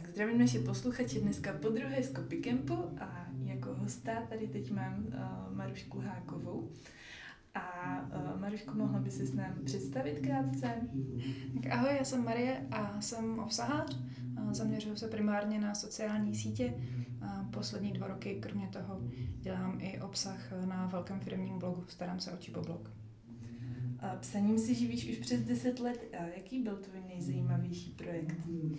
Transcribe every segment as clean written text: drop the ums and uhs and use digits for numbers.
Tak zdravím naše posluchače dneska po druhé z Copycampu a jako hosta tady teď mám Marušku Hákovou. A Marušku, mohla by se s námi představit krátce? Tak ahoj, já jsem Marie a jsem obsahář. Zaměřuji se primárně na sociální sítě. Poslední 2 roky kromě toho dělám i obsah na velkém firmním blogu. Starám se o Chiboblog. Psaním si živíš už přes 10 let. Jaký byl tvůj nejzajímavější projekt?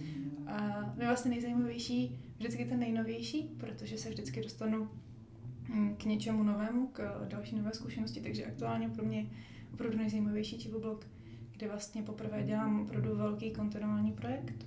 Je vlastně nejzajímavější vždycky ten nejnovější, protože se vždycky dostanu k něčemu novému, k další nové zkušenosti, takže aktuálně pro mě opravdu nejzajímavější Chiboblog, kde vlastně poprvé dělám opravdu velký kontinuální projekt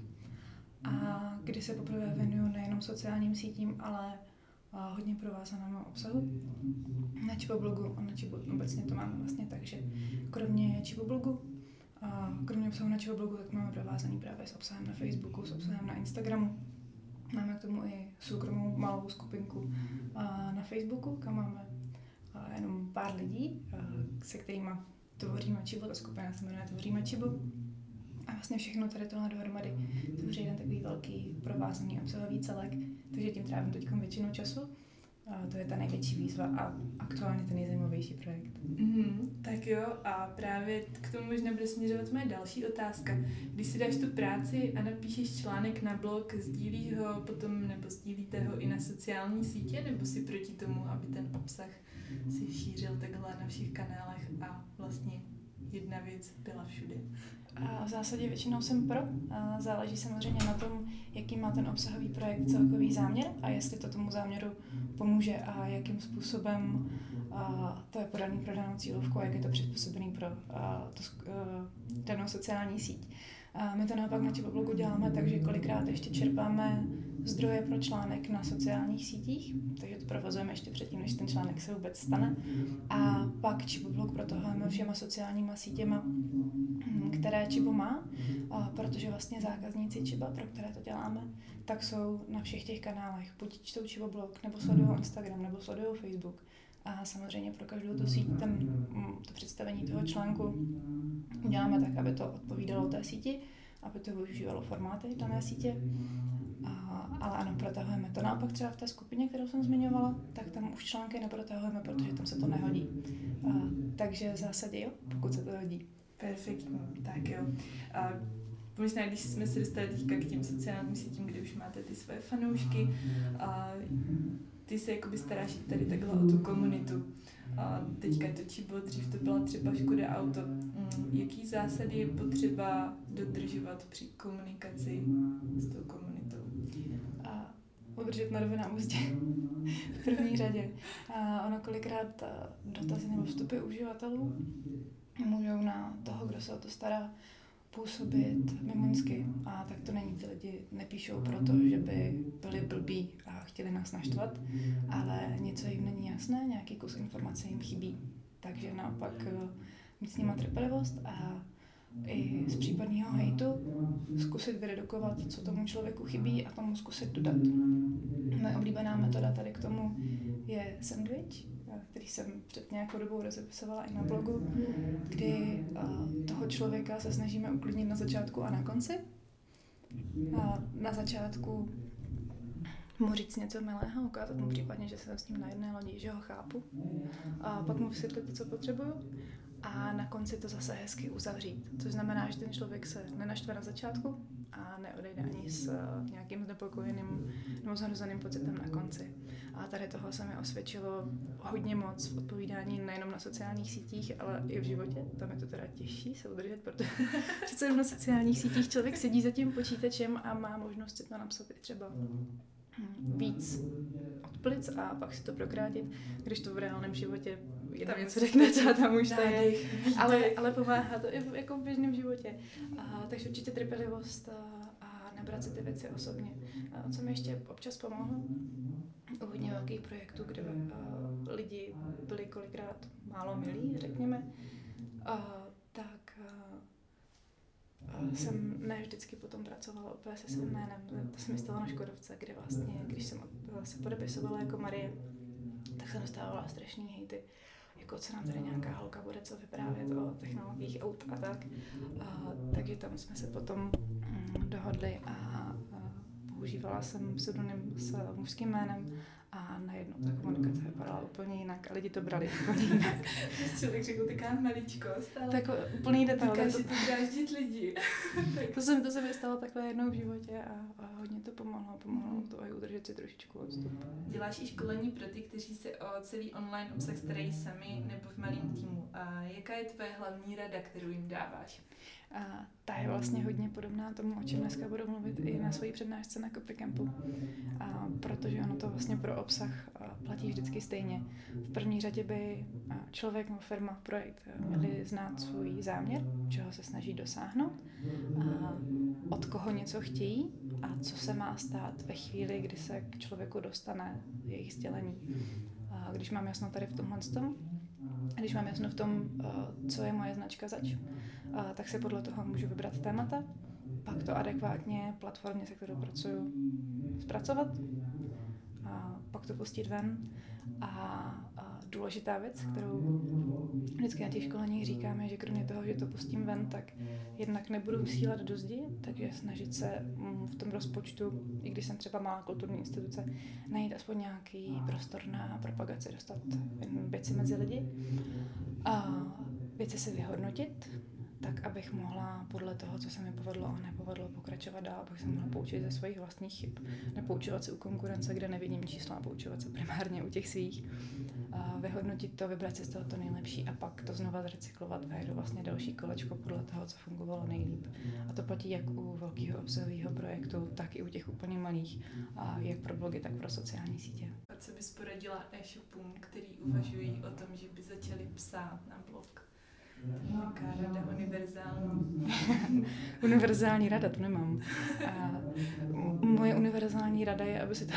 a kdy se poprvé věnuju nejenom sociálním sítím, ale hodně provázanému obsahu na Chiboblogu a na Chibo obecně to máme vlastně tak, že kromě Chiboblogu a kromě obsahu na Chiboblogu, tak máme provázaný právě s obsahem na Facebooku, s obsahem na Instagramu. Máme k tomu i soukromou malou skupinku na Facebooku, kam máme jenom pár lidí, se kterými tvoříme Chibo, ta skupina se jmenuje Tvoříme Chibo. A vlastně všechno tady tohle dohromady tvoří jeden takový velký provázaný obsahový celek, takže tím trávím teď většinu času. To je ta největší výzva a aktuálně ten nejzajímavější projekt. Tak jo, a právě k tomu možná bude směřovat moje další otázka. Když si dáš tu práci a napíšeš článek na blog, sdílíš ho potom nebo sdílíte ho i na sociální sítě, nebo si proti tomu, aby ten obsah si šířil takhle na všech kanálech a vlastně jedna věc byla všude? A v zásadě většinou jsem pro. Záleží samozřejmě na tom, jaký má ten obsahový projekt celkový záměr a jestli to tomu záměru pomůže a jakým způsobem to je podaný pro danou cílovku a jak je to přizpůsobený pro danou sociální síť. My to naopak na Chiboblogu děláme tak, že kolikrát ještě čerpáme zdroje pro článek na sociálních sítích, takže to provozujeme ještě předtím, než ten článek se vůbec stane. A pak Chiboblog protahujeme všema sociálníma sítěma, které Chibo má, protože vlastně zákazníci Chiba, pro které to děláme, tak jsou na všech těch kanálech. Buď čtou Chiboblog, nebo sledují Instagram, nebo sledují Facebook. A samozřejmě pro každou tu síť to představení toho článku uděláme tak, aby to odpovídalo té síti, aby to využívalo formáty dané sítě. Ale ano, protahujeme to. Naopak třeba v té skupině, kterou jsem zmiňovala, tak tam už články neprotahujeme, protože tam se to nehodí. Takže v zásadě jo, pokud se to hodí. Perfektní, tak jo. Možná, když jsme se dostali teďka k těm sociálním sítím, kde už máte ty své fanoušky, ty se jakoby staráš tady takhle o tu komunitu. Teďka to Chibo, dřív to byla třeba Škoda Auto. Jaký zásady je potřeba dodržovat při komunikaci s tou komunitou? Udržet na rovinám úzdě v první řadě. Ono kolikrát dotazy nebo vstupy uživatelů můžou na toho, kdo se o to stará, působit mimonsky. A tak to není, ty lidi nepíšou proto, že by byli blbí a chtěli nás naštvat, ale něco jim není jasné, nějaký kus informace jim chybí. Takže naopak mít s nima trpělivost a i z případného hejtu zkusit vyredukovat, co tomu člověku chybí a tomu zkusit dodat. Moje oblíbená metoda tady k tomu je sandwich, který jsem před nějakou dobou rozepisovala i na blogu, kdy toho člověka se snažíme uklidnit na začátku a na konci. Na začátku mu říct něco milého, ukázat mu případně, že jsem s ním na jedné lodi, že ho chápu. A pak mu vysvětlit, co potřebuju. A na konci to zase hezky uzavřít. Což znamená, že ten člověk se nenaštve na začátku a neodejde ani s nějakým znepokojeným nebo zhrozeným pocitem na konci. A tady toho se mi osvědčilo hodně moc v odpovídání nejenom na sociálních sítích, ale i v životě. Tam je to teda těžší se udržet, protože přece na sociálních sítích člověk sedí za tím počítačem a má možnost si to napsat i třeba víc od plic a pak si to prokrátit, když to v reálném životě jedna věc řeknete a tam už to je. Ale pomáhá to i jako v běžném životě. Takže určitě trpělivost a nebrat si ty věci osobně. A co mi ještě občas pomohlo u hodně velkých projektů, kde lidi byli kolikrát málo milí, řekněme, tak jsem ne vždycky potom pracovala úplně se svým jménem. To se mi stalo na Škodovce, kde vlastně, když jsem se podepisovala jako Marie, tak jsem dostávala strašný hejty. Jako co nám tady nějaká holka bude co vyprávět o technologiích aut a tak. Takže tam jsme se potom dohodli a používala jsem pseudonym s mužským jménem a najednou ta komunikace vypadala úplně jinak a lidi to brali úplně jinak. Člověk řekl taková maličkost, ale tak úplný detail. dokáže to dráždit lidi. To se mi stalo takhle jednou v životě a hodně to pomohlo to i udržet si trošičku odstup. Děláš i školení pro ty, kteří se o celý online obsah starají sami nebo v malém týmu. A jaká je tvoje hlavní rada, kterou jim dáváš? Ta je vlastně hodně podobná tomu, o čem dneska budu mluvit i na své přednášce na Copycampu. Protože ono to vlastně pro obsah platí vždycky stejně. V první řadě by člověk nebo firma, projekt měli znát svůj záměr, čeho se snaží dosáhnout, od koho něco chtějí a co se má stát ve chvíli, kdy se k člověku dostane jejich sdělení. Když mám jasno tady v tomhle tom, když mám jasno v tom, co je moje značka zač, tak se podle toho můžu vybrat témata, pak to adekvátně platformě, se kterou pracuju, zpracovat, a pak to pustit ven. A důležitá věc, kterou vždycky na těch školeních říkáme, že kromě toho, že to pustím ven, tak jednak nebudu vysílat do zdi, takže snažit se v tom rozpočtu, i když jsem třeba malá kulturní instituce, najít aspoň nějaký prostor na propagaci, dostat věci mezi lidi a věci si vyhodnotit, tak abych mohla podle toho, co se mi povedlo a nepovedlo, pokračovat dál, abych se mohla poučit ze svých vlastních chyb. Nepoučovat se u konkurence, kde nevidím čísla, a poučovat se primárně u těch svých. Vyhodnotit to, vybrat si z toho to nejlepší a pak to znova zrecyklovat a jdu vlastně další kolečko podle toho, co fungovalo nejlíp. A to platí jak u velkého obsahového projektu, tak i u těch úplně malých, jak pro blogy, tak pro sociální sítě. A co bys poradila e-shopům, který uvažují o tom, že by začali psát na blog? Nějaká rada univerzální? Univerzální rada, to nemám. Moje univerzální rada je, aby si to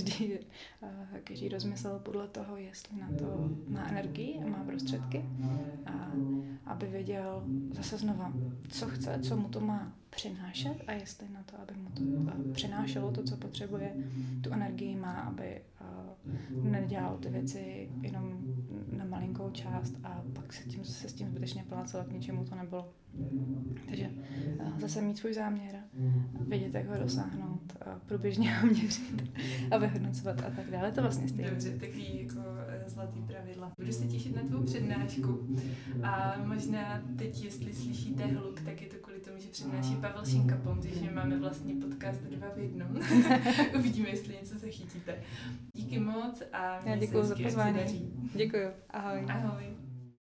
každý rozmyslel podle toho, jestli na to má energii a má prostředky. A aby věděl zase znova, co chce, co mu to má přinášet a jestli na to, aby mu to přinášelo to, co potřebuje, tu energii má, aby nedělal ty věci jenom na malinkou část a pak se s tím zbytečně plácel, k ničemu to nebylo. Takže zase mít svůj záměr, vědět, jak ho dosáhnout, průběžně ho měřit a vyhodnocovat a tak dále. To vlastně stejně. Dobře, takový jako zlatý pravidla. Budu se těšit na tvou přednášku a možná teď, jestli slyšíte hluk, tak je to kvůli tomu, že přednáší Pavel Šinkapon, takže máme vlastně podcast 2 v 1. Uvidíme, jestli něco zachytíte. Díky moc a já děkuji za pozvání. Děkuji. Ahoj. Ahoj.